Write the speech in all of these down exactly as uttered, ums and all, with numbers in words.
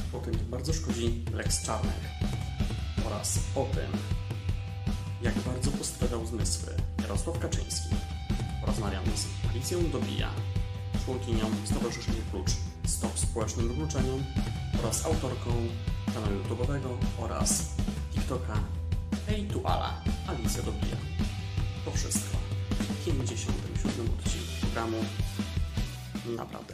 o tym, jak bardzo szkodzi Lex Czarnek oraz o tym, jak bardzo postradał zmysły Jarosław Kaczyński. Porozmawiamy z Alicją Dobija, członkinią Stowarzyszenia Klucz Stop Społecznym Wykluczeniu oraz autorką kanału YouTube'owego oraz TikToka Hej tu Ala, Alicja Dobija. To wszystko w pięćdziesiątym siódmym odcinku programu Naprawdę.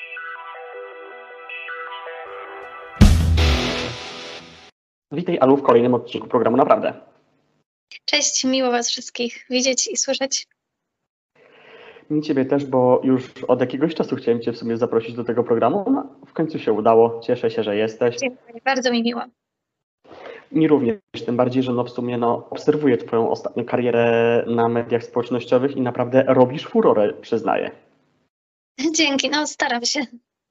Witaj, Alu, w kolejnym odcinku programu Naprawdę. Cześć, miło Was wszystkich widzieć i słyszeć. Mi Ciebie też, bo już od jakiegoś czasu chciałem Cię w sumie zaprosić do tego programu. No, w końcu się udało. Cieszę się, że jesteś. Dziękuję, bardzo mi miło. Mi również, tym bardziej, że no w sumie no, obserwuję Twoją ostatnią karierę na mediach społecznościowych i naprawdę robisz furorę, przyznaję. Dzięki, no staram się.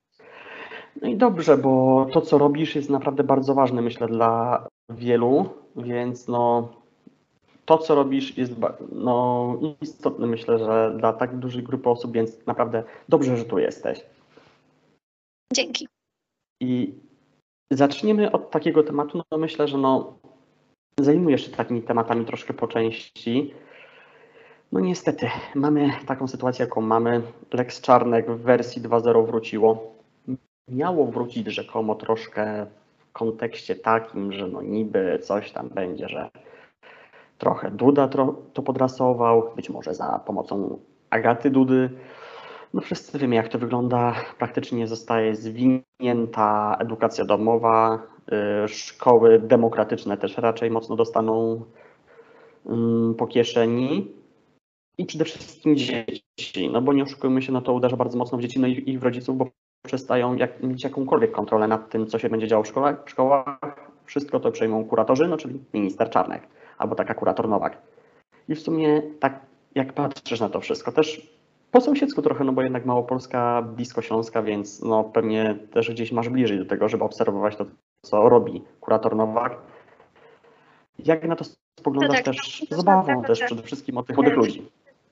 No i dobrze, bo to, co robisz, jest naprawdę bardzo ważne, myślę, dla wielu, więc no to, co robisz, jest no, istotne, myślę, że dla tak dużej grupy osób, więc naprawdę dobrze, że tu jesteś. Dzięki. I zaczniemy od takiego tematu, no myślę, że no zajmujesz się takimi tematami troszkę po części. No niestety, mamy taką sytuację, jaką mamy. Lex Czarnek w wersji dwa zero wróciło. Miało wrócić rzekomo troszkę w kontekście takim, że no niby coś tam będzie, że trochę Duda tro, to podrasował, być może za pomocą Agaty Dudy. No wszyscy wiemy, jak to wygląda. Praktycznie zostaje zwinięta edukacja domowa, yy, szkoły demokratyczne też raczej mocno dostaną yy, po kieszeni. I przede wszystkim dzieci, no bo nie oszukujmy się, no to uderza bardzo mocno w dzieci, no i ich rodziców, bo przestają jak, mieć jakąkolwiek kontrolę nad tym, co się będzie działo w szkołach. W szkołach. Wszystko to przejmą kuratorzy, no czyli minister Czarnek albo taka kurator Nowak. I w sumie tak jak patrzysz na to wszystko, też po sąsiedzku trochę, no bo jednak Małopolska blisko Śląska, więc no pewnie też gdzieś masz bliżej do tego, żeby obserwować to, co robi kurator Nowak. Jak na to spoglądasz tak, też tak, z obawą tak, też tak. przede wszystkim od tych młodych ludzi?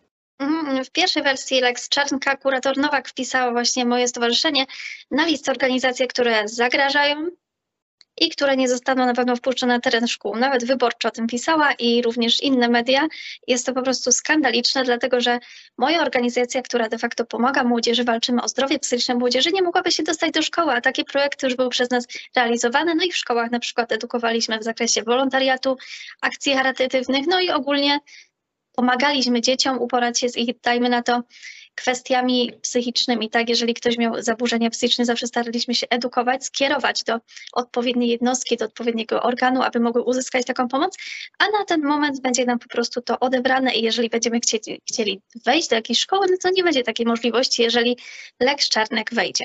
W pierwszej wersji Lex Czarnka kurator Nowak wpisała właśnie moje stowarzyszenie na listę organizacji, które zagrażają i które nie zostaną na pewno wpuszczone na teren szkół. Nawet Wyborcza o tym pisała i również inne media. Jest to po prostu skandaliczne, dlatego że moja organizacja, która de facto pomaga młodzieży, walczymy o zdrowie psychiczne młodzieży, nie mogłaby się dostać do szkoły, a takie projekty już były przez nas realizowane. No i w szkołach na przykład edukowaliśmy w zakresie wolontariatu, akcji charytatywnych, no i ogólnie pomagaliśmy dzieciom uporać się z ich, dajmy na to, kwestiami psychicznymi, tak? Jeżeli ktoś miał zaburzenia psychiczne, zawsze staraliśmy się edukować, skierować do odpowiedniej jednostki, do odpowiedniego organu, aby mogły uzyskać taką pomoc, a na ten moment będzie nam po prostu to odebrane i jeżeli będziemy chcieli, chcieli wejść do jakiejś szkoły, no to nie będzie takiej możliwości, jeżeli Lex Czarnek wejdzie.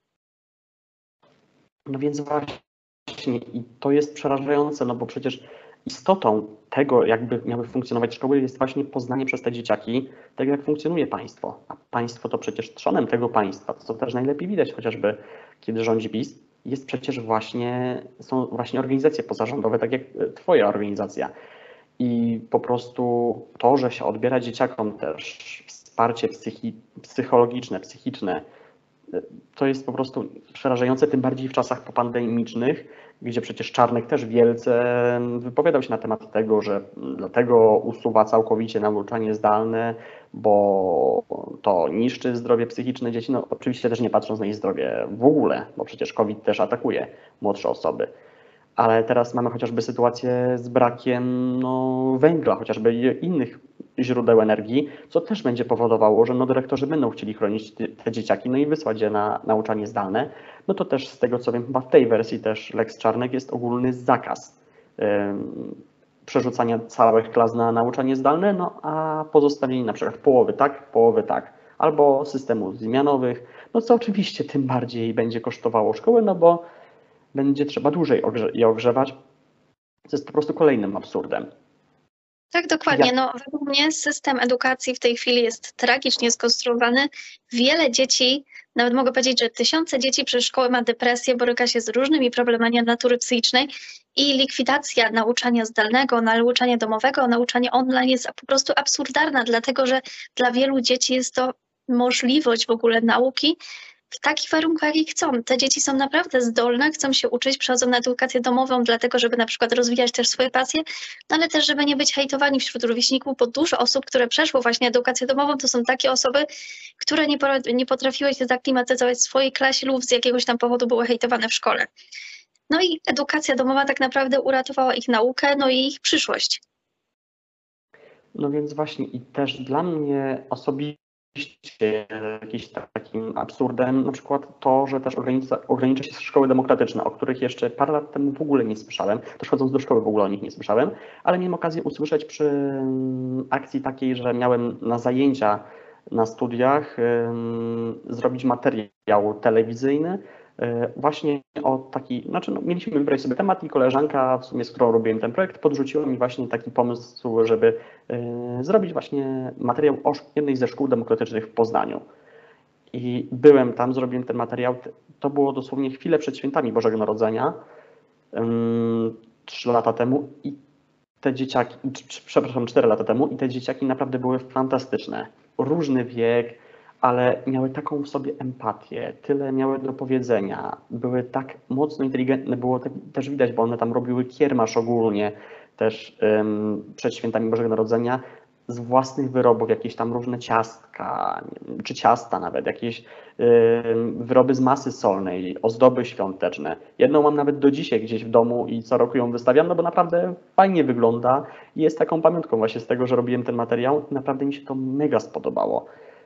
No więc właśnie i to jest przerażające, no bo przecież istotą tego, jakby miały funkcjonować szkoły, jest właśnie poznanie przez te dzieciaki tego, jak funkcjonuje państwo. A państwo to przecież trzonem tego państwa, co też najlepiej widać chociażby, kiedy rządzi PiS, jest przecież właśnie, są właśnie organizacje pozarządowe, tak jak twoja organizacja. I po prostu to, że się odbiera dzieciakom też wsparcie psychi, psychologiczne, psychiczne, to jest po prostu przerażające, tym bardziej w czasach popandemicznych, gdzie przecież Czarnek też wielce wypowiadał się na temat tego, że dlatego usuwa całkowicie nauczanie zdalne, bo to niszczy zdrowie psychiczne dzieci. No oczywiście też nie patrząc na ich zdrowie w ogóle, bo przecież COVID też atakuje młodsze osoby. Ale teraz mamy chociażby sytuację z brakiem no, węgla, chociażby innych źródeł energii, co też będzie powodowało, że no, dyrektorzy będą chcieli chronić te dzieciaki, no i wysłać je na nauczanie zdalne. No to też z tego co wiem, chyba w tej wersji też Lex Czarnek jest ogólny zakaz yy, przerzucania całych klas na nauczanie zdalne, no a pozostawienie na przykład połowy tak, połowy tak, albo systemów zmianowych, no co oczywiście tym bardziej będzie kosztowało szkoły, no bo będzie trzeba dłużej je ogrzewać, co jest po prostu kolejnym absurdem. Tak, dokładnie. No, według mnie system edukacji w tej chwili jest tragicznie skonstruowany. Wiele dzieci, nawet mogę powiedzieć, że tysiące dzieci przez szkołę ma depresję, boryka się z różnymi problemami natury psychicznej i likwidacja nauczania zdalnego, nauczania domowego, nauczania online jest po prostu absurdalna, dlatego że dla wielu dzieci jest to możliwość w ogóle nauki w takich warunkach, jakich chcą. Te dzieci są naprawdę zdolne, chcą się uczyć, przychodzą na edukację domową dlatego, żeby na przykład rozwijać też swoje pasje, no ale też, żeby nie być hejtowani wśród rówieśników, bo dużo osób, które przeszło właśnie edukację domową, to są takie osoby, które nie, nie potrafiły się zaklimatyzować w swojej klasie lub z jakiegoś tam powodu były hejtowane w szkole. No i edukacja domowa tak naprawdę uratowała ich naukę, no i ich przyszłość. No więc właśnie i też dla mnie osobiście jakimś takim absurdem na przykład to, że też ogranicza, ogranicza się szkoły demokratyczne, o których jeszcze parę lat temu w ogóle nie słyszałem, też chodząc do szkoły w ogóle o nich nie słyszałem, ale miałem okazję usłyszeć przy akcji takiej, że miałem na zajęcia na studiach um, zrobić materiał telewizyjny właśnie o taki, znaczy no, mieliśmy wybrać sobie temat i koleżanka, w sumie z którą robiłem ten projekt, podrzuciła mi właśnie taki pomysł, żeby y, zrobić właśnie materiał o jednej ze szkół demokratycznych w Poznaniu. I byłem tam, zrobiłem ten materiał, to było dosłownie chwilę przed świętami Bożego Narodzenia, trzy lata temu i te dzieciaki, przepraszam, cztery lata temu i te dzieciaki naprawdę były fantastyczne. Różny wiek, ale miały taką w sobie empatię, tyle miały do powiedzenia, były tak mocno inteligentne, było te, też widać, bo one tam robiły kiermasz ogólnie też um, przed świętami Bożego Narodzenia z własnych wyrobów, jakieś tam różne ciastka, wiem, czy ciasta nawet, jakieś um, wyroby z masy solnej, ozdoby świąteczne. Jedną mam nawet do dzisiaj gdzieś w domu i co roku ją wystawiam, no bo naprawdę fajnie wygląda i jest taką pamiątką właśnie z tego, że robiłem ten materiał. Naprawdę mi się to mega spodobało.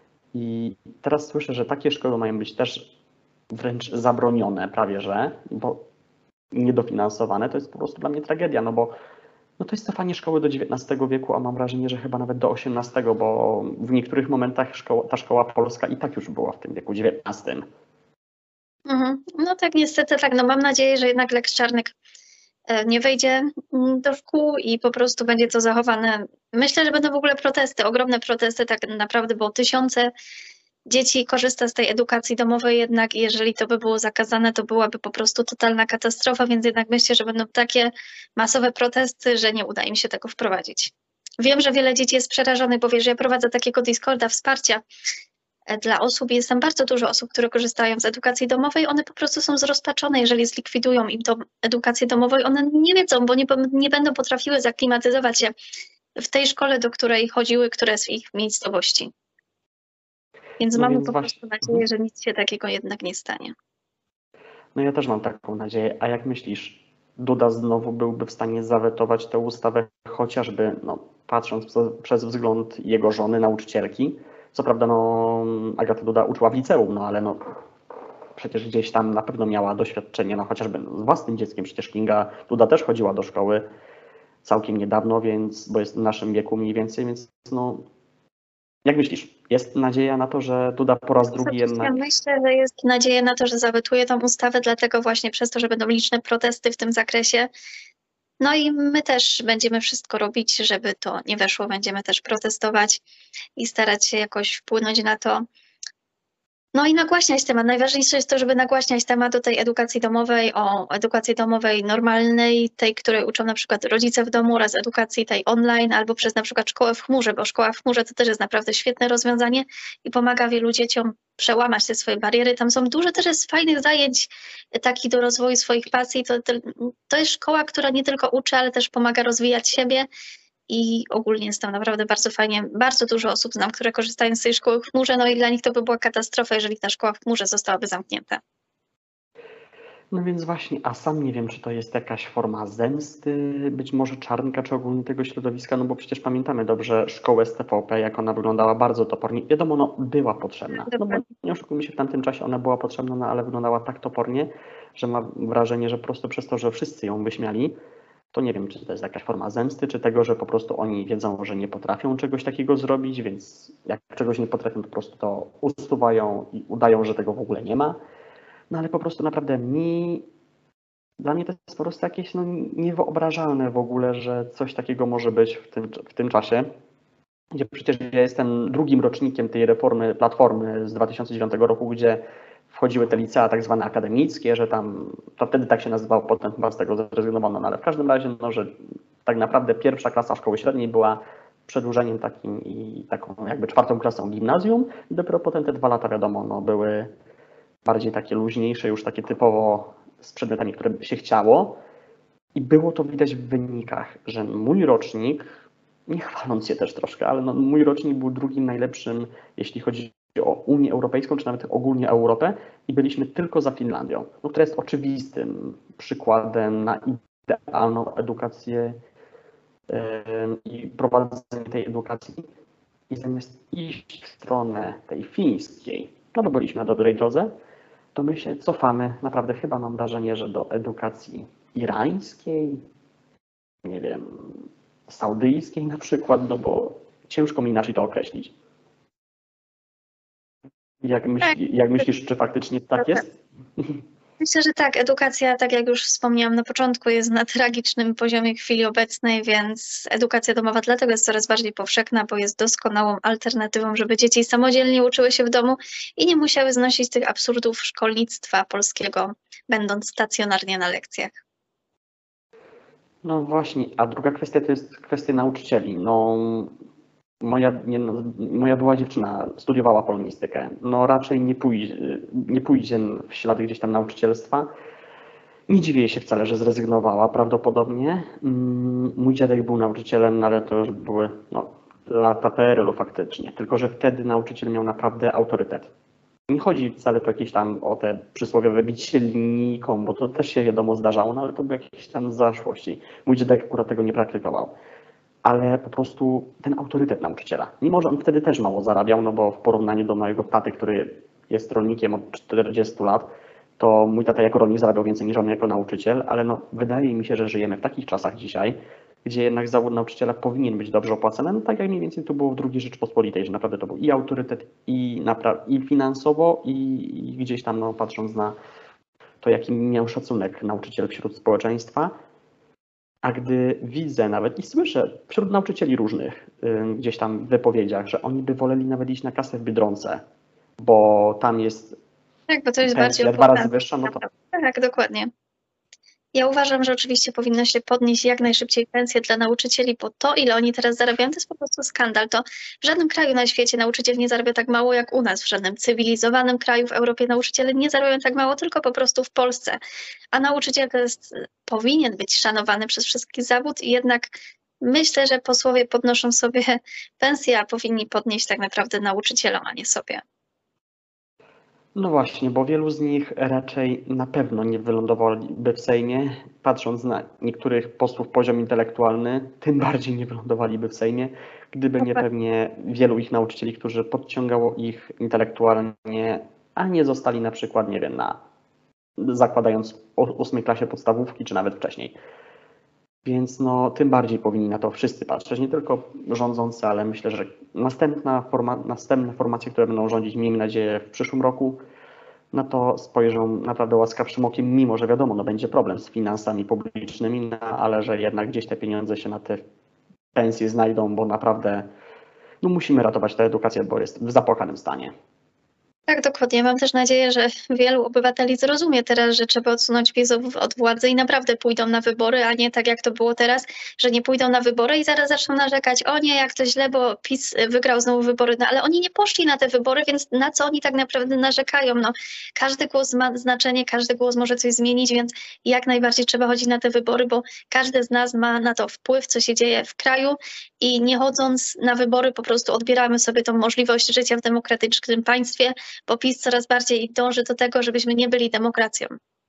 I teraz słyszę, że takie szkoły mają być też wręcz zabronione prawie, że, bo niedofinansowane, to jest po prostu dla mnie tragedia, no bo no to jest cofanie szkoły do dziewiętnastego wieku, a mam wrażenie, że chyba nawet do osiemnastego, bo w niektórych momentach szkoła, ta szkoła polska i tak już była w tym wieku dziewiętnastym. Mhm. No tak, niestety tak, no mam nadzieję, że jednak Lex Czarnek nie wejdzie do szkół i po prostu będzie to zachowane. Myślę, że będą w ogóle protesty, ogromne protesty tak naprawdę, bo tysiące dzieci korzysta z tej edukacji domowej jednak i jeżeli to by było zakazane, to byłaby po prostu totalna katastrofa, więc jednak myślę, że będą takie masowe protesty, że nie uda im się tego wprowadzić. Wiem, że wiele dzieci jest przerażonych, bo wiesz, że ja prowadzę takiego Discorda wsparcia dla osób i jest tam bardzo dużo osób, które korzystają z edukacji domowej, one po prostu są zrozpaczone, jeżeli zlikwidują im tą edukację domową, one nie wiedzą, bo nie, nie będą potrafiły zaklimatyzować się w tej szkole, do której chodziły, która jest w ich miejscowości. Więc no mamy więc po właśnie prostu nadzieję, że nic się takiego jednak nie stanie. No ja też mam taką nadzieję. A jak myślisz, Duda znowu byłby w stanie zawetować tę ustawę, chociażby no, patrząc przez wzgląd jego żony, nauczycielki? Co prawda, no, Agata Duda uczyła w liceum, no ale no, przecież gdzieś tam na pewno miała doświadczenie, no chociażby z własnym dzieckiem. Przecież Kinga Duda też chodziła do szkoły całkiem niedawno, więc, bo jest w naszym wieku mniej więcej, więc no, jak myślisz, jest nadzieja na to, że Duda po raz drugi jednak... Ja myślę, że jest nadzieja na to, że zawetuje tą ustawę, dlatego właśnie przez to, że będą liczne protesty w tym zakresie. No i my też będziemy wszystko robić, żeby to nie weszło, będziemy też protestować i starać się jakoś wpłynąć na to. No i nagłaśniać temat. Najważniejsze jest to, żeby nagłaśniać temat o tej edukacji domowej, o edukacji domowej normalnej, tej, której uczą na przykład rodzice w domu oraz edukacji tej online albo przez na przykład szkołę w chmurze, bo szkoła w chmurze to też jest naprawdę świetne rozwiązanie i pomaga wielu dzieciom przełamać te swoje bariery. Tam są dużo też jest fajnych zajęć takich do rozwoju swoich pasji. To, to, to jest szkoła, która nie tylko uczy, ale też pomaga rozwijać siebie. I ogólnie jest tam naprawdę bardzo fajnie. Bardzo dużo osób znam, które korzystają z tej szkoły w chmurze, no i dla nich to by była katastrofa, jeżeli ta szkoła w chmurze zostałaby zamknięta. No więc właśnie, a sam nie wiem, czy to jest jakaś forma zemsty, być może Czarnka, czy ogólnie tego środowiska, no bo przecież pamiętamy dobrze szkołę z T V P, jak ona wyglądała bardzo topornie. Wiadomo, no była potrzebna, no bo nie oszukujmy się, w tamtym czasie ona była potrzebna, no ale wyglądała tak topornie, że mam wrażenie, że po prostu przez to, że wszyscy ją wyśmiali, to nie wiem, czy to jest jakaś forma zemsty, czy tego, że po prostu oni wiedzą, że nie potrafią czegoś takiego zrobić, więc jak czegoś nie potrafią, to po prostu to usuwają i udają, że tego w ogóle nie ma. No ale po prostu naprawdę mi, dla mnie to jest po prostu jakieś no, niewyobrażalne w ogóle, że coś takiego może być w tym, w tym czasie, gdzie przecież ja jestem drugim rocznikiem tej reformy Platformy z dwa tysiące dziewiątego roku, gdzie wchodziły te licea tak zwane akademickie, że tam, to wtedy tak się nazywało, potem chyba z tego zrezygnowano, no ale w każdym razie, no, że tak naprawdę pierwsza klasa szkoły średniej była przedłużeniem takim i taką jakby czwartą klasą gimnazjum i dopiero potem te dwa lata, wiadomo, no, były bardziej takie luźniejsze, już takie typowo z przedmiotami, które by się chciało. I było to widać w wynikach, że mój rocznik, nie chwaląc się też troszkę, ale no, mój rocznik był drugim najlepszym, jeśli chodzi o Unię Europejską, czy nawet ogólnie Europę, i byliśmy tylko za Finlandią, no, która jest oczywistym przykładem na idealną edukację yy, i prowadzenie tej edukacji. I zamiast iść w stronę tej fińskiej, no bo byliśmy na dobrej drodze, to my się cofamy, naprawdę chyba mam wrażenie, że do edukacji irańskiej, nie wiem, saudyjskiej na przykład, no bo ciężko mi inaczej to określić. Jak, myśli, jak myślisz, czy faktycznie tak jest? Myślę, że tak. Edukacja, tak jak już wspomniałam na początku, jest na tragicznym poziomie w chwili obecnej, więc edukacja domowa dlatego jest coraz bardziej powszechna, bo jest doskonałą alternatywą, żeby dzieci samodzielnie uczyły się w domu i nie musiały znosić tych absurdów szkolnictwa polskiego, będąc stacjonarnie na lekcjach. No właśnie, a druga kwestia to jest kwestia nauczycieli. No, moja, nie, no, moja była dziewczyna studiowała polonistykę. No raczej nie pójdzie, nie pójdzie w ślady gdzieś tam nauczycielstwa. Nie dziwię jej się wcale, że zrezygnowała prawdopodobnie. Mój dziadek był nauczycielem, ale to już były no, lata P R L u faktycznie. Tylko że wtedy nauczyciel miał naprawdę autorytet. Nie chodzi wcale to jakieś tam o te przysłowiowe bicie linijką, bo to też się wiadomo zdarzało, no ale to były jakieś tam zaszłości. Mój dziadek akurat tego nie praktykował. Ale po prostu ten autorytet nauczyciela. Mimo że on wtedy też mało zarabiał, no bo w porównaniu do mojego taty, który jest rolnikiem od czterdziestu lat, to mój tata jako rolnik zarabiał więcej niż on jako nauczyciel, ale no wydaje mi się, że żyjemy w takich czasach dzisiaj, gdzie jednak zawód nauczyciela powinien być dobrze opłacany, no tak jak mniej więcej to było w drugiej Rzeczpospolitej, że naprawdę to był i autorytet, i, i finansowo, i, i gdzieś tam no, patrząc na to, jaki miał szacunek nauczyciel wśród społeczeństwa. A gdy widzę nawet i słyszę wśród nauczycieli różnych yy, gdzieś tam w wypowiedziach, że oni by woleli nawet iść na kasę w Biedronce, bo tam jest Tak, bo to jest pensja bardziej dwa razy wyższa, no to tak, dokładnie. Ja uważam, że oczywiście powinno się podnieść jak najszybciej pensje dla nauczycieli, bo to, ile oni teraz zarabiają, to jest po prostu skandal. To w żadnym kraju na świecie nauczyciel nie zarabia tak mało jak u nas, w żadnym cywilizowanym kraju w Europie nauczyciele nie zarabiają tak mało, tylko po prostu w Polsce. A nauczyciel to jest, powinien być szanowany przez wszystkich zawód i jednak myślę, że posłowie podnoszą sobie pensje, a powinni podnieść tak naprawdę nauczycielom, a nie sobie. No właśnie, bo wielu z nich raczej na pewno nie wylądowaliby w Sejmie. Patrząc na niektórych posłów poziom intelektualny, tym bardziej nie wylądowaliby w Sejmie, gdyby nie pewnie wielu ich nauczycieli, którzy podciągało ich intelektualnie, a nie zostali na przykład, nie wiem, na zakładając ósmej klasie podstawówki, czy nawet wcześniej. Więc no, tym bardziej powinni na to wszyscy patrzeć, nie tylko rządzący, ale myślę, że następna forma, następne formacje, które będą rządzić, miejmy nadzieję, w przyszłym roku, na to spojrzą naprawdę łaskawszym okiem, mimo że wiadomo, no będzie problem z finansami publicznymi, no, ale że jednak gdzieś te pieniądze się na te pensje znajdą, bo naprawdę no, musimy ratować tę edukację, bo jest w zapłakanym stanie. Tak, dokładnie. Mam też nadzieję, że wielu obywateli zrozumie teraz, że trzeba odsunąć PiS od władzy i naprawdę pójdą na wybory, a nie tak jak to było teraz, że nie pójdą na wybory i zaraz zaczną narzekać, o nie, jak to źle, bo PiS wygrał znowu wybory. No ale oni nie poszli na te wybory, więc na co oni tak naprawdę narzekają? No, każdy głos ma znaczenie, każdy głos może coś zmienić, więc jak najbardziej trzeba chodzić na te wybory, bo każdy z nas ma na to wpływ, co się dzieje w kraju i nie chodząc na wybory po prostu odbieramy sobie tą możliwość życia w demokratycznym państwie, bo PiS coraz bardziej dąży do tego, żebyśmy nie byli demokracją.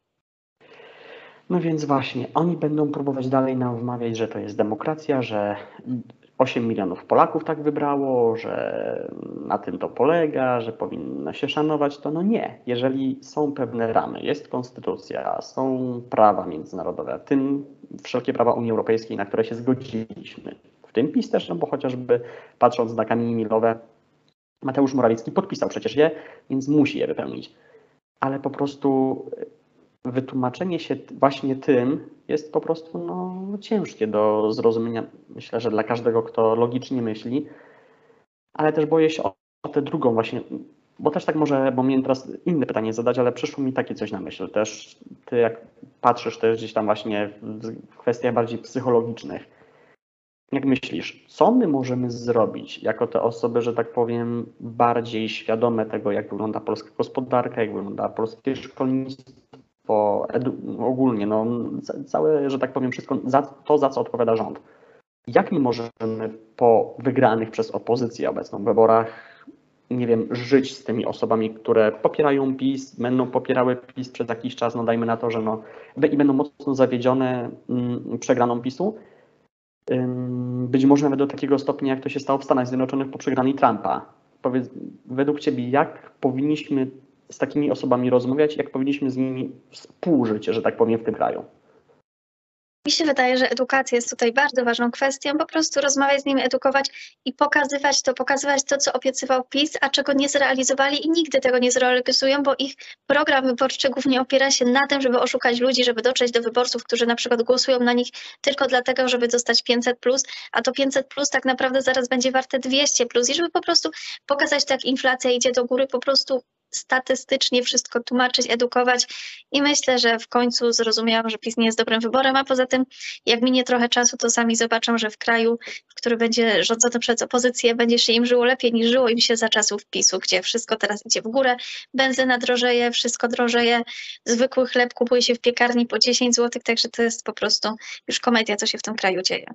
No więc właśnie, oni będą próbować dalej nam wmawiać, że to jest demokracja, że osiem milionów Polaków tak wybrało, że na tym to polega, że powinno się szanować to. No nie, jeżeli są pewne ramy, jest konstytucja, są prawa międzynarodowe, w tym wszelkie prawa Unii Europejskiej, na które się zgodziliśmy. W tym PiS też, no bo chociażby patrząc na kamienie milowe, Mateusz Morawiecki podpisał przecież je, więc musi je wypełnić. Ale po prostu wytłumaczenie się właśnie tym jest po prostu no, ciężkie do zrozumienia. Myślę, że dla każdego, kto logicznie myśli, ale też boję się o, o tę drugą właśnie, bo też tak może, bo miałem teraz inne pytanie zadać, ale przyszło mi takie coś na myśl. Też ty jak patrzysz też gdzieś tam właśnie w kwestiach bardziej psychologicznych, Jak myślisz, co my możemy zrobić jako te osoby, że tak powiem, bardziej świadome tego, jak wygląda polska gospodarka, jak wygląda polskie szkolnictwo, edu- ogólnie, no, ca- całe, że tak powiem, wszystko, za to, za co odpowiada rząd. Jak my możemy po wygranych przez opozycję obecną w wyborach, nie wiem, żyć z tymi osobami, które popierają PiS, będą popierały PiS przez jakiś czas, no dajmy na to, że no, i będą mocno zawiedzione mm, przegraną PiSu, być może nawet do takiego stopnia, jak to się stało w Stanach Zjednoczonych po przegranej Trumpa. Powiedz, według Ciebie, jak powinniśmy z takimi osobami rozmawiać, jak powinniśmy z nimi współżyć, że tak powiem, w tym kraju? Mi się wydaje, że edukacja jest tutaj bardzo ważną kwestią, po prostu rozmawiać z nimi, edukować i pokazywać to, pokazywać to, co obiecywał PiS, a czego nie zrealizowali i nigdy tego nie zrealizują, bo ich program wyborczy głównie opiera się na tym, żeby oszukać ludzi, żeby dotrzeć do wyborców, którzy na przykład głosują na nich tylko dlatego, żeby dostać pięćset plus, a to pięćset plus tak naprawdę zaraz będzie warte dwieście plus i żeby po prostu pokazać, tak inflacja idzie do góry, po prostu statystycznie wszystko tłumaczyć, edukować i myślę, że w końcu zrozumiałam, że PiS nie jest dobrym wyborem, a poza tym jak minie trochę czasu, to sami zobaczą, że w kraju, który będzie rządzony przez opozycję, będzie się im żyło lepiej niż żyło im się za czasów PiSu, gdzie wszystko teraz idzie w górę, benzyna drożeje, wszystko drożeje, zwykły chleb kupuje się w piekarni po dziesięć złotych, także to jest po prostu już komedia, co się w tym kraju dzieje.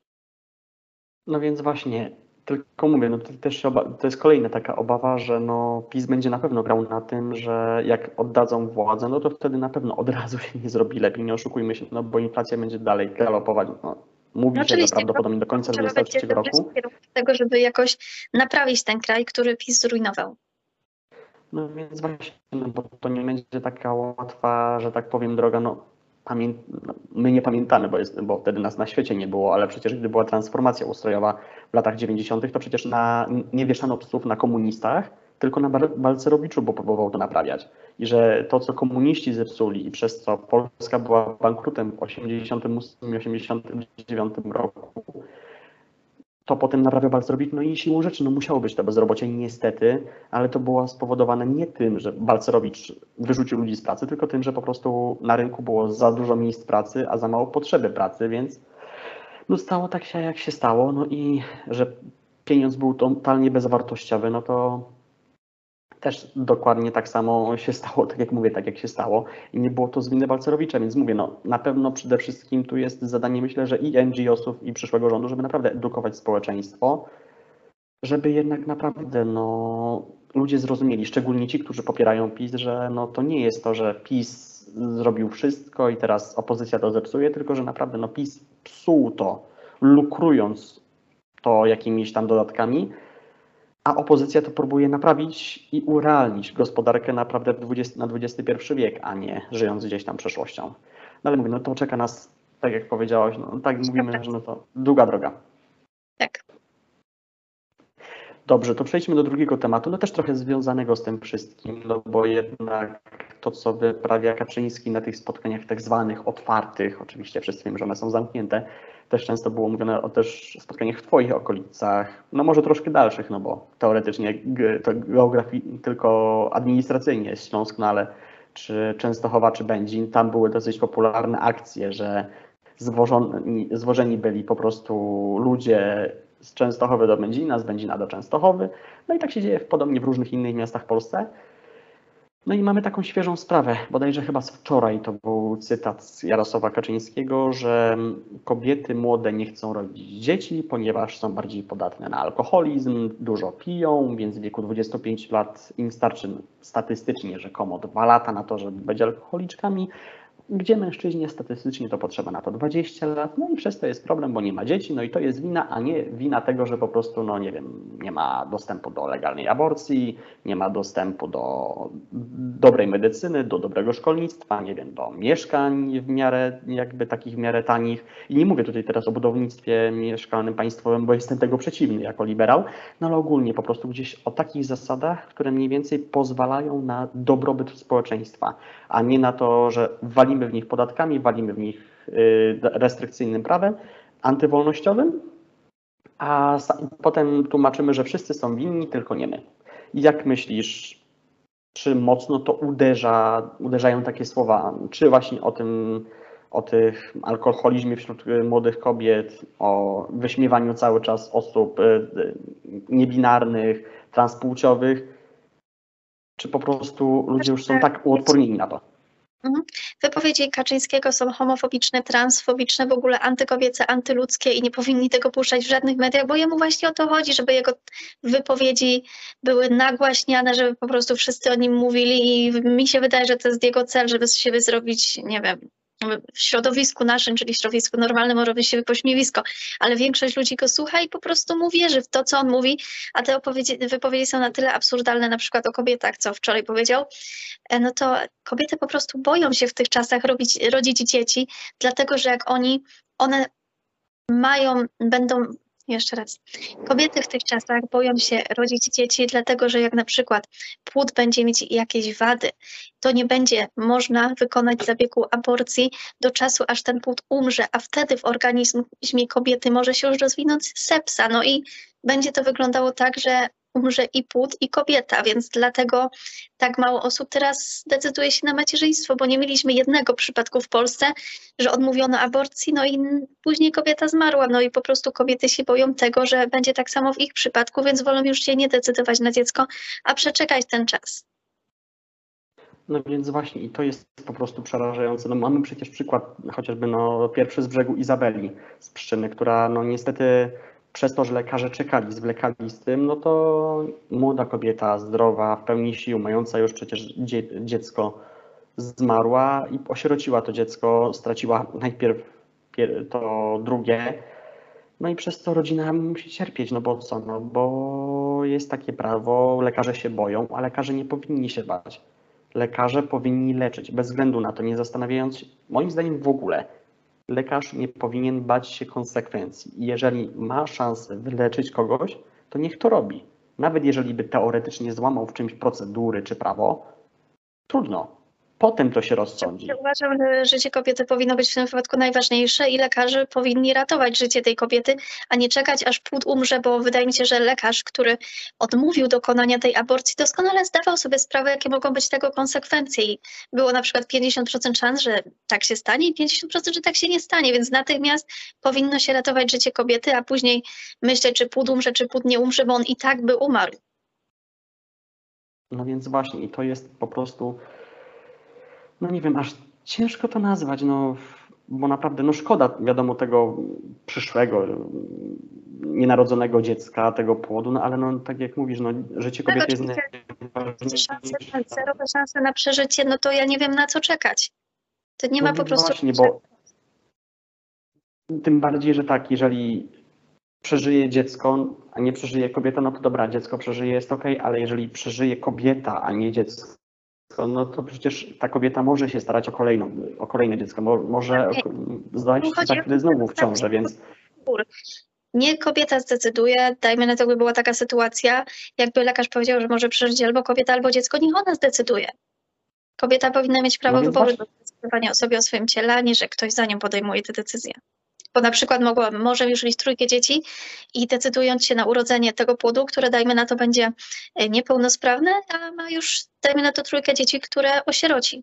No więc właśnie, tylko mówię, no to też się oba- to jest kolejna taka obawa, że no PiS będzie na pewno grał na tym, że jak oddadzą władzę, no to wtedy na pewno od razu się nie zrobi lepiej, nie oszukujmy się, no bo inflacja będzie dalej galopować. No, mówi No się, że oczywiście, prawdopodobnie do końca trzeba dwudziestego będzie trzeciego dobrać roku. w kierunku tego, żeby jakoś naprawić ten kraj, który PiS zrujnował. No więc właśnie, no bo to nie będzie taka łatwa, że tak powiem, droga, no, pamię... no my nie pamiętamy, bo, jest, bo wtedy nas na świecie nie było, ale przecież gdy była transformacja ustrojowa w latach dziewięćdziesiątych, to przecież na, nie wieszano psów na komunistach, tylko na Balcerowiczu, bo próbował to naprawiać. I że to, co komuniści zepsuli i przez co Polska była bankrutem w osiemdziesiątym ósmym i osiemdziesiątym dziewiątym roku, to potem naprawiał Balcerowicz, no i siłą rzeczy no musiało być to bezrobocie niestety, ale to było spowodowane nie tym, że Balcerowicz wyrzucił ludzi z pracy, tylko tym, że po prostu na rynku było za dużo miejsc pracy, a za mało potrzeby pracy, więc no stało tak się jak się stało, no i że pieniądz był totalnie bezwartościowy, no to też dokładnie tak samo się stało, tak jak mówię, tak jak się stało i nie było to z winy Balcerowicza, więc mówię, no na pewno przede wszystkim tu jest zadanie, myślę, że i N G O sów i przyszłego rządu, żeby naprawdę edukować społeczeństwo, żeby jednak naprawdę no, ludzie zrozumieli, szczególnie ci, którzy popierają PiS, że no, to nie jest to, że PiS zrobił wszystko i teraz opozycja to zepsuje, tylko że naprawdę no, PiS psuł to, lukrując to jakimiś tam dodatkami, a opozycja to próbuje naprawić i urealnić gospodarkę naprawdę na dwudziesty pierwszy wiek, a nie żyjąc gdzieś tam przeszłością. No ale mówię, no to czeka nas, tak jak powiedziałaś, no tak mówimy, że no to długa droga. Tak. Dobrze, to przejdźmy do drugiego tematu, no też trochę związanego z tym wszystkim, no bo jednak to, co wyprawia Kaczyński na tych spotkaniach tak zwanych otwartych, oczywiście wszyscy wiemy, że one są zamknięte, też często było mówione o też spotkaniach w Twoich okolicach, no może troszkę dalszych, no bo teoretycznie to geografii, tylko administracyjnie jest Śląsk, no ale czy Częstochowa, czy Będzin, tam były dosyć popularne akcje, że zwożoni, zwożeni byli po prostu ludzie z Częstochowy do Będzina, z Będzina do Częstochowy, no i tak się dzieje podobnie w różnych innych miastach w Polsce. No i mamy taką świeżą sprawę, bodajże chyba z wczoraj, to był cytat z Jarosława Kaczyńskiego, że kobiety młode nie chcą rodzić dzieci, ponieważ są bardziej podatne na alkoholizm, dużo piją, więc w wieku dwudziestu pięciu lat im starczy statystycznie rzekomo dwa lata na to, żeby być alkoholiczkami, gdzie mężczyźnie statystycznie to potrzeba na to dwadzieścia lat, no i przez to jest problem, bo nie ma dzieci, no i to jest wina, a nie wina tego, że po prostu, no nie wiem, nie ma dostępu do legalnej aborcji, nie ma dostępu do dobrej medycyny, do dobrego szkolnictwa, nie wiem, do mieszkań w miarę, jakby takich w miarę tanich. I nie mówię tutaj teraz o budownictwie mieszkalnym państwowym, bo jestem tego przeciwny jako liberał, no ale ogólnie po prostu gdzieś o takich zasadach, które mniej więcej pozwalają na dobrobyt społeczeństwa, a nie na to, że walimy w nich podatkami, walimy w nich restrykcyjnym prawem antywolnościowym, a potem tłumaczymy, że wszyscy są winni, tylko nie my. Jak myślisz, czy mocno to uderza, uderzają takie słowa, czy właśnie o tym o tych alkoholizmie wśród młodych kobiet, o wyśmiewaniu cały czas osób niebinarnych, transpłciowych, czy po prostu ludzie już są tak uodpornieni na to? Mhm. Wypowiedzi Kaczyńskiego są homofobiczne, transfobiczne, w ogóle antykobiece, antyludzkie i nie powinni tego puszczać w żadnych mediach, bo jemu właśnie o to chodzi, żeby jego wypowiedzi były nagłaśniane, żeby po prostu wszyscy o nim mówili i mi się wydaje, że to jest jego cel, żeby z siebie zrobić, nie wiem, w środowisku naszym, czyli w środowisku normalnym, robi się pośmiewisko, ale większość ludzi go słucha i po prostu mu wierzy w to, co on mówi, a te opowiedzi, wypowiedzi są na tyle absurdalne, na przykład o kobietach, co wczoraj powiedział, no to kobiety po prostu boją się w tych czasach robić, rodzić dzieci, dlatego że jak oni, one mają, będą, jeszcze raz, kobiety w tych czasach boją się rodzić dzieci, dlatego że jak na przykład płód będzie mieć jakieś wady, to nie będzie można wykonać zabiegu aborcji do czasu, aż ten płód umrze, a wtedy w organizmie kobiety może się już rozwinąć sepsa. No i będzie to wyglądało tak, że umrze i płód, i kobieta, więc dlatego tak mało osób teraz decyduje się na macierzyństwo, bo nie mieliśmy jednego przypadku w Polsce, że odmówiono aborcji, no i później kobieta zmarła, no i po prostu kobiety się boją tego, że będzie tak samo w ich przypadku, więc wolą już się nie decydować na dziecko, a przeczekać ten czas. No więc właśnie i to jest po prostu przerażające. No mamy przecież przykład chociażby no, pierwszy z brzegu Izabeli z Pszczyny, która no niestety przez to, że lekarze czekali, zwlekali z tym, no to młoda kobieta, zdrowa, w pełni sił, mająca już przecież dzie dziecko, zmarła i osierociła to dziecko, straciła najpierw to drugie, no i przez to rodzina musi cierpieć, no bo co, no bo jest takie prawo, lekarze się boją, a lekarze nie powinni się bać. Lekarze powinni leczyć, bez względu na to, nie zastanawiając się, moim zdaniem w ogóle, lekarz nie powinien bać się konsekwencji. Jeżeli ma szansę wyleczyć kogoś, to niech to robi. Nawet jeżeli by teoretycznie złamał w czymś procedury czy prawo, trudno. Potem to się rozsądzi. Ja uważam, że życie kobiety powinno być w tym wypadku najważniejsze i lekarze powinni ratować życie tej kobiety, a nie czekać, aż płód umrze, bo wydaje mi się, że lekarz, który odmówił dokonania tej aborcji, doskonale zdawał sobie sprawę, jakie mogą być tego konsekwencje. I było na przykład pięćdziesiąt procent szans, że tak się stanie i pięćdziesiąt procent, że tak się nie stanie, więc natychmiast powinno się ratować życie kobiety, a później myśleć, czy płód umrze, czy płód nie umrze, bo on i tak by umarł. No więc właśnie i to jest po prostu, no nie wiem, aż ciężko to nazwać, no bo naprawdę, no szkoda, wiadomo, tego przyszłego, nienarodzonego dziecka, tego płodu, no ale no tak jak mówisz, no życie kobiety tak, jest najważniejsze. Zerowe szanse na przeżycie, no to ja nie wiem, na co czekać. To nie no ma po prostu... Właśnie, bo tym bardziej, że tak, jeżeli przeżyje dziecko, a nie przeżyje kobieta, no to dobra, dziecko przeżyje, jest okej, okay, ale jeżeli przeżyje kobieta, a nie dziecko, no to przecież ta kobieta może się starać o, kolejną, o kolejne dziecko, może zajść za chwilę znowu w ciążę, więc... Nie kobieta zdecyduje, dajmy na to, by była taka sytuacja, jakby lekarz powiedział, że może przeżyć albo kobieta, albo dziecko, niech ona zdecyduje. Kobieta powinna mieć prawo no wyboru do decydowania o sobie, o swoim ciele, a nie, że ktoś za nią podejmuje te decyzje. Bo na przykład mogła, może już mieć trójkę dzieci i decydując się na urodzenie tego płodu, które dajmy na to będzie niepełnosprawne, a ma już dajmy na to trójkę dzieci, które osieroci.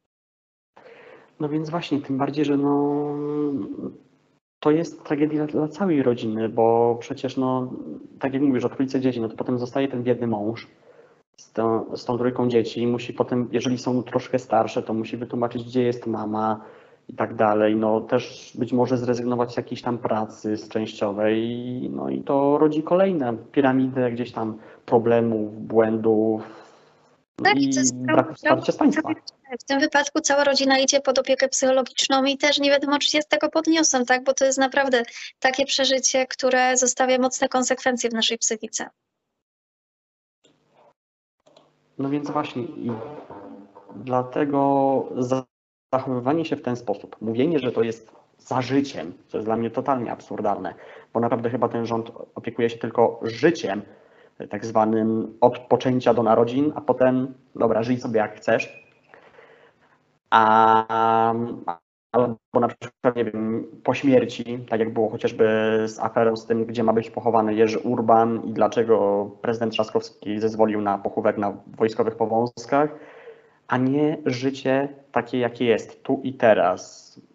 No więc właśnie, tym bardziej, że no to jest tragedia dla całej rodziny, bo przecież no tak jak mówisz, o trójce dzieci, no to potem zostaje ten biedny mąż z tą, z tą trójką dzieci, musi potem, jeżeli są troszkę starsze, to musi wytłumaczyć, gdzie jest mama, i tak dalej, no też być może zrezygnować z jakiejś tam pracy z częściowej, no i to rodzi kolejne piramidę gdzieś tam problemów, błędów tak, i brak wsparcia z państwa. W tym wypadku cała rodzina idzie pod opiekę psychologiczną i też nie wiadomo, czy się z tego podniosą, tak, bo to jest naprawdę takie przeżycie, które zostawia mocne konsekwencje w naszej psychice. No więc właśnie i dlatego za zachowywanie się w ten sposób, mówienie, że to jest za życiem, co jest dla mnie totalnie absurdalne, bo naprawdę chyba ten rząd opiekuje się tylko życiem, tak zwanym od poczęcia do narodzin, a potem, dobra, żyj sobie jak chcesz. A, albo na przykład, nie wiem, po śmierci, tak jak było chociażby z aferą z tym, gdzie ma być pochowany Jerzy Urban i dlaczego prezydent Trzaskowski zezwolił na pochówek na wojskowych powązkach, a nie życie takie, jakie jest, tu i teraz.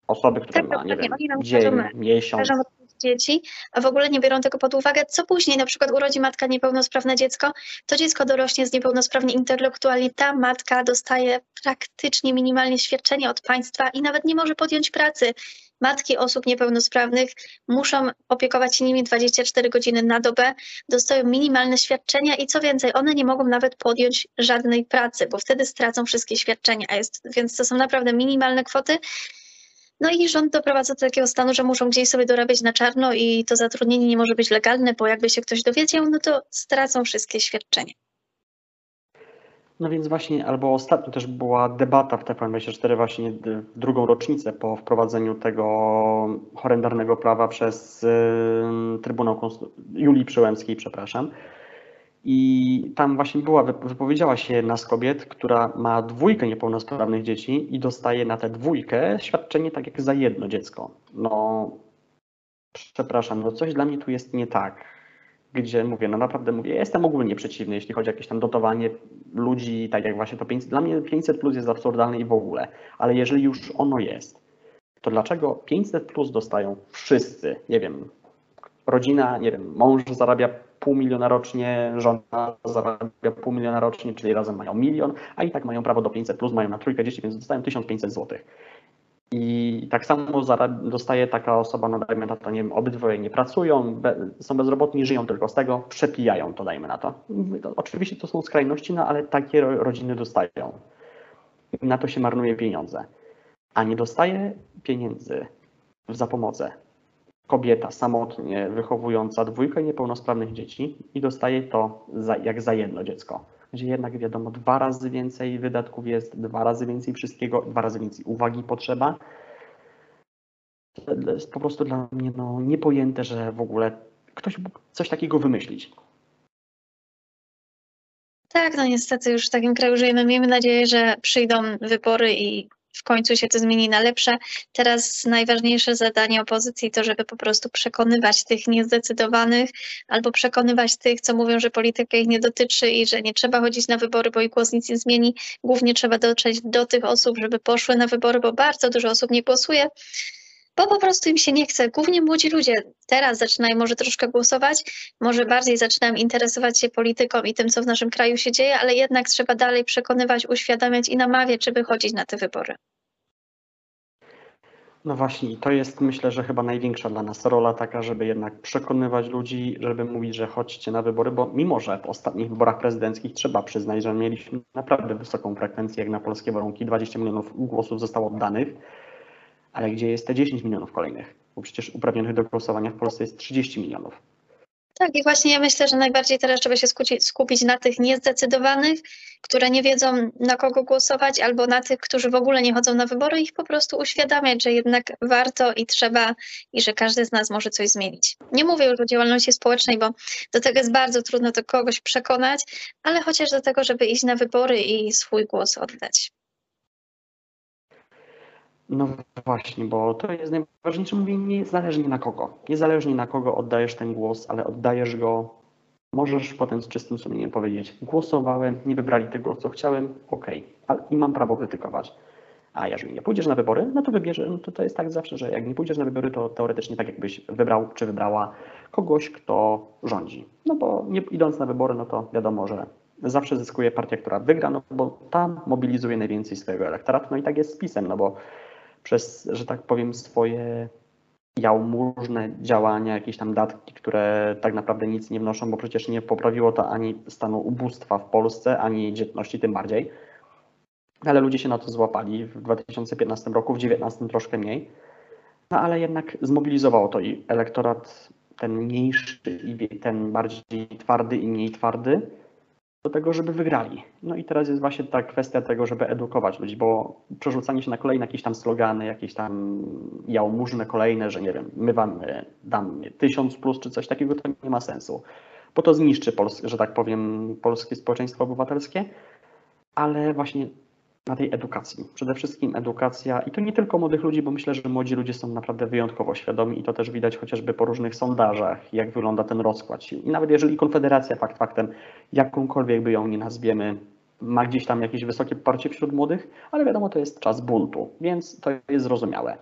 Osoby, które Tak, ma, nie dokładnie. wiem, Oni nam dzień, każą, miesiąc. każą odwiedzić dzieci, a w ogóle nie biorą tego pod uwagę, co później na przykład urodzi matka niepełnosprawne dziecko, to dziecko dorośnie z niepełnosprawnie intelektualnie, ta matka dostaje praktycznie minimalnie świadczenie od państwa i nawet nie może podjąć pracy. Matki osób niepełnosprawnych muszą opiekować się nimi dwadzieścia cztery godziny na dobę, dostają minimalne świadczenia i co więcej, one nie mogą nawet podjąć żadnej pracy, bo wtedy stracą wszystkie świadczenia, a jest, więc to są naprawdę minimalne kwoty. No i rząd doprowadza do takiego stanu, że muszą gdzieś sobie dorabiać na czarno i to zatrudnienie nie może być legalne, bo jakby się ktoś dowiedział, no to stracą wszystkie świadczenia. No więc właśnie, albo ostatnio też była debata w T V N dwadzieścia cztery właśnie w drugą rocznicę po wprowadzeniu tego horrendalnego prawa przez y, Trybunał Konstytu- Julii Przyłębskiej, przepraszam. I tam właśnie była, wypowiedziała się jedna z kobiet, która ma dwójkę niepełnosprawnych dzieci i dostaje na tę dwójkę świadczenie tak jak za jedno dziecko. No, przepraszam, no coś dla mnie tu jest nie tak. Gdzie mówię, no naprawdę mówię, ja jestem ogólnie przeciwny, jeśli chodzi o jakieś tam dotowanie ludzi, tak jak właśnie to pięćset, dla mnie pięćset plus jest absurdalne i w ogóle, ale jeżeli już ono jest, to dlaczego pięćset plus dostają wszyscy, nie wiem, rodzina, nie wiem, mąż zarabia pół miliona rocznie, żona zarabia pół miliona rocznie, czyli razem mają milion, a i tak mają prawo do pięćset plus, mają na trójkę dzieci, więc dostają tysiąc pięćset złotych. I tak samo dostaje taka osoba, no dajmy na to, nie wiem, obydwoje nie pracują, be, są bezrobotni, żyją tylko z tego, przepijają to, dajmy na to. to. Oczywiście to są skrajności, no ale takie rodziny dostają. I na to się marnuje pieniądze. A nie dostaje pieniędzy w zapomocę kobieta samotnie wychowująca dwójkę niepełnosprawnych dzieci i dostaje to za, jak za jedno dziecko. Gdzie jednak wiadomo, dwa razy więcej wydatków jest, dwa razy więcej wszystkiego, dwa razy więcej uwagi potrzeba. To jest po prostu dla mnie no, niepojęte, że w ogóle ktoś mógł coś takiego wymyślić. Tak, no niestety już w takim kraju żyjemy. Miejmy nadzieję, że przyjdą wybory i w końcu się to zmieni na lepsze. Teraz najważniejsze zadanie opozycji to, żeby po prostu przekonywać tych niezdecydowanych albo przekonywać tych, co mówią, że polityka ich nie dotyczy i że nie trzeba chodzić na wybory, bo ich głos nic nie zmieni. Głównie trzeba dotrzeć do tych osób, żeby poszły na wybory, bo bardzo dużo osób nie głosuje, bo po prostu im się nie chce. Głównie młodzi ludzie teraz zaczynają może troszkę głosować, może bardziej zaczynają interesować się polityką i tym, co w naszym kraju się dzieje, ale jednak trzeba dalej przekonywać, uświadamiać i namawiać, żeby chodzić na te wybory. No właśnie, i to jest myślę, że chyba największa dla nas rola taka, żeby jednak przekonywać ludzi, żeby mówić, że chodźcie na wybory, bo mimo, że w ostatnich wyborach prezydenckich trzeba przyznać, że mieliśmy naprawdę wysoką frekwencję jak na polskie warunki, dwadzieścia milionów głosów zostało oddanych, ale gdzie jest te dziesięć milionów kolejnych? Bo przecież uprawnionych do głosowania w Polsce jest trzydzieści milionów. Tak, i właśnie ja myślę, że najbardziej teraz trzeba się skupić, skupić na tych niezdecydowanych, które nie wiedzą, na kogo głosować, albo na tych, którzy w ogóle nie chodzą na wybory, ich po prostu uświadamiać, że jednak warto i trzeba i że każdy z nas może coś zmienić. Nie mówię już o działalności społecznej, bo do tego jest bardzo trudno do kogoś przekonać, ale chociaż do tego, żeby iść na wybory i swój głos oddać. No właśnie, bo to jest najważniejsze, mówię, niezależnie na kogo. Niezależnie na kogo oddajesz ten głos, ale oddajesz go, możesz potem z czystym sumieniem powiedzieć, głosowałem, nie wybrali tego, co chciałem, okej, okay, i mam prawo krytykować. A jeżeli nie pójdziesz na wybory, no to wybierzesz, no to, to jest tak zawsze, że jak nie pójdziesz na wybory, to teoretycznie tak jakbyś wybrał czy wybrała kogoś, kto rządzi. No bo nie idąc na wybory, no to wiadomo, że zawsze zyskuje partia, która wygra, no bo tam mobilizuje najwięcej swojego elektoratu, no i tak jest z PiS-em, no bo przez, że tak powiem, swoje jałmużne działania, jakieś tam datki, które tak naprawdę nic nie wnoszą, bo przecież nie poprawiło to ani stanu ubóstwa w Polsce, ani dzietności tym bardziej. Ale ludzie się na to złapali w dwa tysiące piętnastym roku, w dwa tysiące dziewiętnastym troszkę mniej. No ale jednak zmobilizowało to i elektorat ten mniejszy i ten bardziej twardy i mniej twardy do tego, żeby wygrali. No i teraz jest właśnie ta kwestia tego, żeby edukować ludzi, bo przerzucanie się na kolejne jakieś tam slogany, jakieś tam jałmużne kolejne, że nie wiem, my wam damy tysiąc plus czy coś takiego, to nie ma sensu, bo to zniszczy, Pols- że tak powiem, polskie społeczeństwo obywatelskie, ale właśnie na tej edukacji. Przede wszystkim edukacja i to nie tylko młodych ludzi, bo myślę, że młodzi ludzie są naprawdę wyjątkowo świadomi i to też widać chociażby po różnych sondażach, jak wygląda ten rozkład sił. I nawet jeżeli Konfederacja fakt faktem, jakąkolwiek by ją nie nazwiemy, ma gdzieś tam jakieś wysokie poparcie wśród młodych, ale wiadomo, to jest czas buntu, więc to jest zrozumiałe.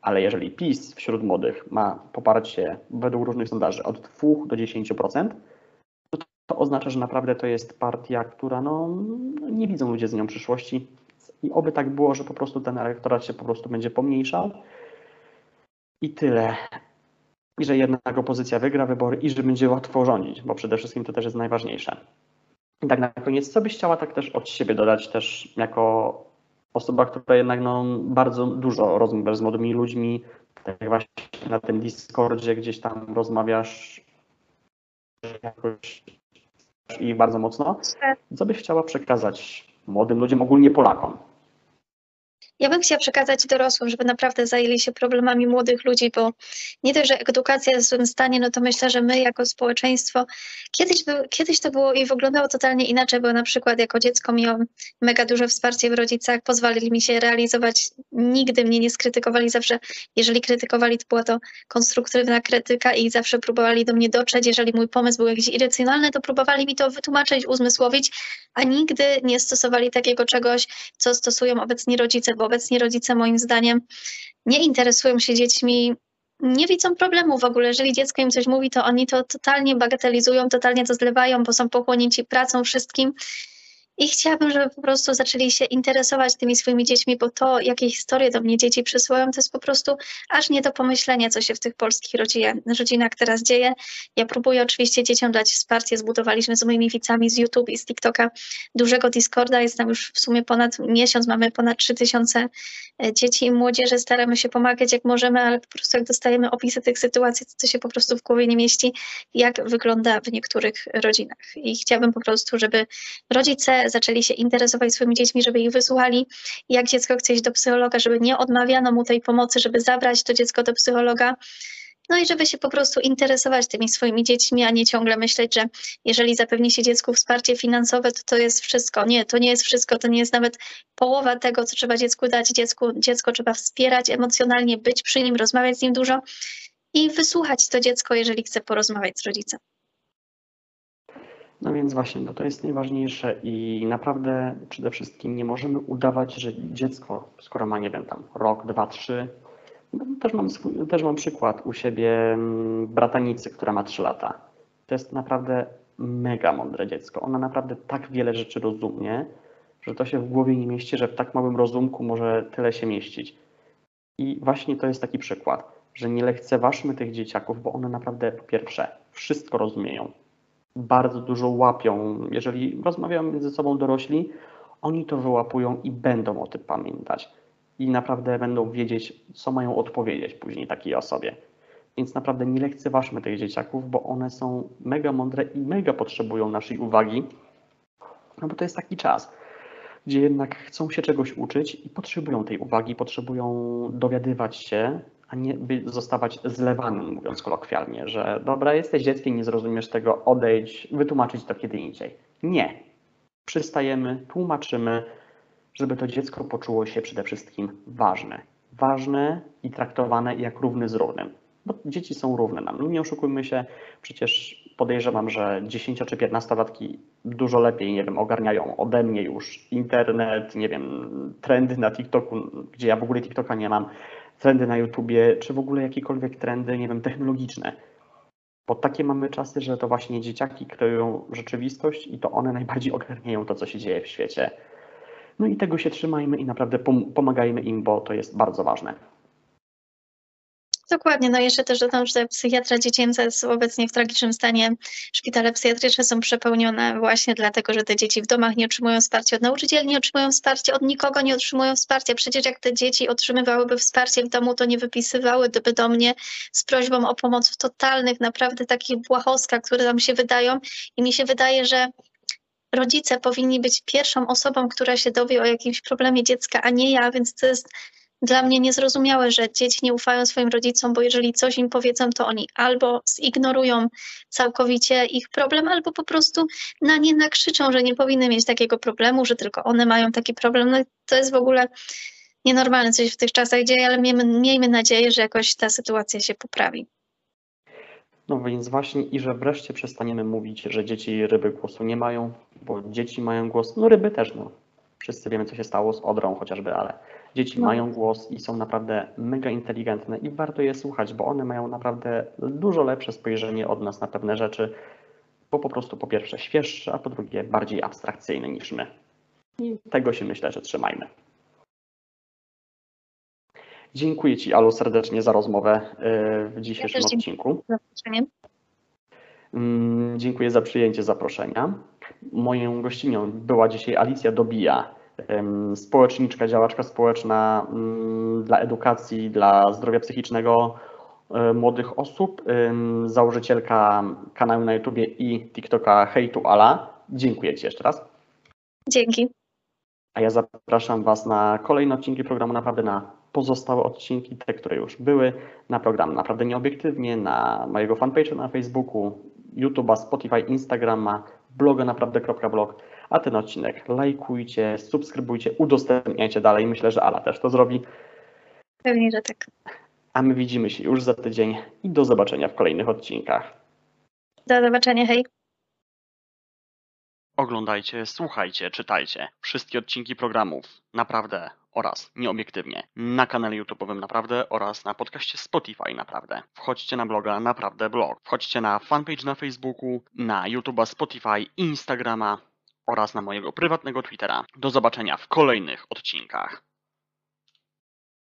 Ale jeżeli PiS wśród młodych ma poparcie według różnych sondaży od dwóch do dziesięciu procent, to, to oznacza, że naprawdę to jest partia, która no, nie widzą ludzie z nią przyszłości. I oby tak było, że po prostu ten elektorat się po prostu będzie pomniejszał. I tyle. I że jednak opozycja wygra wybory i że będzie łatwo rządzić, bo przede wszystkim to też jest najważniejsze. I tak na koniec, co byś chciała tak też od siebie dodać też jako osoba, która jednak no, bardzo dużo rozmawiasz z młodymi ludźmi, tak jak właśnie na tym Discordzie gdzieś tam rozmawiasz jakoś i bardzo mocno. Co byś chciała przekazać młodym ludziom, ogólnie Polakom? Ja bym chciała przekazać dorosłym, żeby naprawdę zajęli się problemami młodych ludzi, bo nie dość, że edukacja jest w złym stanie, no to myślę, że my jako społeczeństwo, kiedyś, był, kiedyś to było i wyglądało totalnie inaczej, bo na przykład jako dziecko miałam mega duże wsparcie w rodzicach, pozwalili mi się realizować, nigdy mnie nie skrytykowali, zawsze jeżeli krytykowali, to była to konstruktywna krytyka i zawsze próbowali do mnie dotrzeć, jeżeli mój pomysł był jakiś irracjonalny, to próbowali mi to wytłumaczyć, uzmysłowić, a nigdy nie stosowali takiego czegoś, co stosują obecni rodzice, bo obecni rodzice moim zdaniem nie interesują się dziećmi, nie widzą problemu w ogóle. Jeżeli dziecko im coś mówi, to oni to totalnie bagatelizują, totalnie to zlewają, bo są pochłonięci pracą, wszystkim. I chciałabym, żeby po prostu zaczęli się interesować tymi swoimi dziećmi, bo to, jakie historie do mnie dzieci przysyłają, to jest po prostu aż nie do pomyślenia, co się w tych polskich rodzinie, rodzinach teraz dzieje. Ja próbuję oczywiście dzieciom dać wsparcie. Zbudowaliśmy z moimi widzami z YouTube i z TikToka dużego Discorda. Jest tam już w sumie ponad miesiąc, mamy ponad trzy tysiące dzieci i młodzieży. Staramy się pomagać jak możemy, ale po prostu jak dostajemy opisy tych sytuacji, to, to się po prostu w głowie nie mieści, jak wygląda w niektórych rodzinach. I chciałabym po prostu, żeby rodzice zaczęli się interesować swoimi dziećmi, żeby ich wysłuchali. Jak dziecko chce iść do psychologa, żeby nie odmawiano mu tej pomocy, żeby zabrać to dziecko do psychologa. No i żeby się po prostu interesować tymi swoimi dziećmi, a nie ciągle myśleć, że jeżeli zapewni się dziecku wsparcie finansowe, to to jest wszystko. Nie, to nie jest wszystko, to nie jest nawet połowa tego, co trzeba dziecku dać. Dziecku, dziecko trzeba wspierać emocjonalnie, być przy nim, rozmawiać z nim dużo i wysłuchać to dziecko, jeżeli chce porozmawiać z rodzicem. No więc właśnie, no to jest najważniejsze i naprawdę przede wszystkim nie możemy udawać, że dziecko, skoro ma, nie wiem, tam rok, dwa, trzy, no też mam, swój, też mam przykład u siebie bratanicy, która ma trzy lata. To jest naprawdę mega mądre dziecko. Ona naprawdę tak wiele rzeczy rozumie, że to się w głowie nie mieści, że w tak małym rozumku może tyle się mieścić. I właśnie to jest taki przykład, że nie lekceważmy tych dzieciaków, bo one naprawdę po pierwsze wszystko rozumieją. Bardzo dużo łapią. Jeżeli rozmawiają między sobą dorośli, oni to wyłapują i będą o tym pamiętać. I naprawdę będą wiedzieć, co mają odpowiedzieć później takiej osobie. Więc naprawdę nie lekceważmy tych dzieciaków, bo one są mega mądre i mega potrzebują naszej uwagi. No bo to jest taki czas, gdzie jednak chcą się czegoś uczyć i potrzebują tej uwagi, potrzebują dowiadywać się, a nie by zostawać zlewanym, mówiąc kolokwialnie, że dobra, jesteś dzieckiem, nie zrozumiesz tego, odejdź, wytłumaczyć to kiedy indziej. Nie. Przystajemy, tłumaczymy, żeby to dziecko poczuło się przede wszystkim ważne. Ważne i traktowane jak równy z równym. Bo dzieci są równe nam. No nie oszukujmy się, przecież podejrzewam, że dziesięcio- czy piętnastolatki dużo lepiej, nie wiem, ogarniają ode mnie już internet, nie wiem, trendy na TikToku, gdzie ja w ogóle TikToka nie mam, trendy na YouTubie, czy w ogóle jakiekolwiek trendy, nie wiem, technologiczne. Bo takie mamy czasy, że to właśnie dzieciaki kreują rzeczywistość i to one najbardziej ogarniają to, co się dzieje w świecie. No i tego się trzymajmy i naprawdę pom- pomagajmy im, bo to jest bardzo ważne. Dokładnie, no jeszcze też dodam, że psychiatra dziecięca jest obecnie w tragicznym stanie. Szpitale psychiatryczne są przepełnione właśnie dlatego, że te dzieci w domach nie otrzymują wsparcia od nauczycieli, nie otrzymują wsparcia od nikogo, nie otrzymują wsparcia. Przecież jak te dzieci otrzymywałyby wsparcie w domu, to nie wypisywałyby do mnie z prośbą o pomoc w totalnych, naprawdę takich błahostkach, które nam się wydają i mi się wydaje, że rodzice powinni być pierwszą osobą, która się dowie o jakimś problemie dziecka, a nie ja, więc to jest dla mnie niezrozumiałe, że dzieci nie ufają swoim rodzicom, bo jeżeli coś im powiedzą, to oni albo zignorują całkowicie ich problem, albo po prostu na nie nakrzyczą, że nie powinny mieć takiego problemu, że tylko one mają taki problem. No to jest w ogóle nienormalne, co się w tych czasach dzieje, ale miejmy, miejmy nadzieję, że jakoś ta sytuacja się poprawi. No więc właśnie i że wreszcie przestaniemy mówić, że dzieci ryby głosu nie mają, bo dzieci mają głos, no ryby też, no. Wszyscy wiemy, co się stało z Odrą chociażby, ale Dzieci No. mają głos i są naprawdę mega inteligentne i warto je słuchać, bo one mają naprawdę dużo lepsze spojrzenie od nas na pewne rzeczy, bo po prostu po pierwsze świeższe, a po drugie bardziej abstrakcyjne niż my. I tego się myślę, że trzymajmy. Dziękuję Ci, Alu, serdecznie za rozmowę w dzisiejszym Ja też odcinku. dziękuję za zaproszenie. Mm, Dziękuję za przyjęcie zaproszenia. Moją gościnią była dzisiaj Alicja Dobija, em, społeczniczka, działaczka społeczna mm, dla edukacji, dla zdrowia psychicznego e, młodych osób, em, założycielka kanału na YouTubie i TikToka Hej tu Ala. Dziękuję Ci jeszcze raz. Dzięki. A ja zapraszam Was na kolejne odcinki programu, naprawdę na pozostałe odcinki, te, które już były, na program Naprawdę Nieobiektywnie, na mojego fanpage'a na Facebooku, YouTube'a, Spotify, Instagrama, bloga naprawdę kropka blog, a ten odcinek lajkujcie, subskrybujcie, udostępniajcie dalej. Myślę, że Ala też to zrobi. Pewnie, że tak. A my widzimy się już za tydzień i do zobaczenia w kolejnych odcinkach. Do zobaczenia, hej. Oglądajcie, słuchajcie, czytajcie wszystkie odcinki programów Naprawdę oraz Nieobiektywnie na kanale YouTube'owym Naprawdę oraz na podcaście Spotify Naprawdę. Wchodźcie na bloga Naprawdę Blog. Wchodźcie na fanpage na Facebooku, na YouTube'a, Spotify, Instagrama oraz na mojego prywatnego Twittera. Do zobaczenia w kolejnych odcinkach.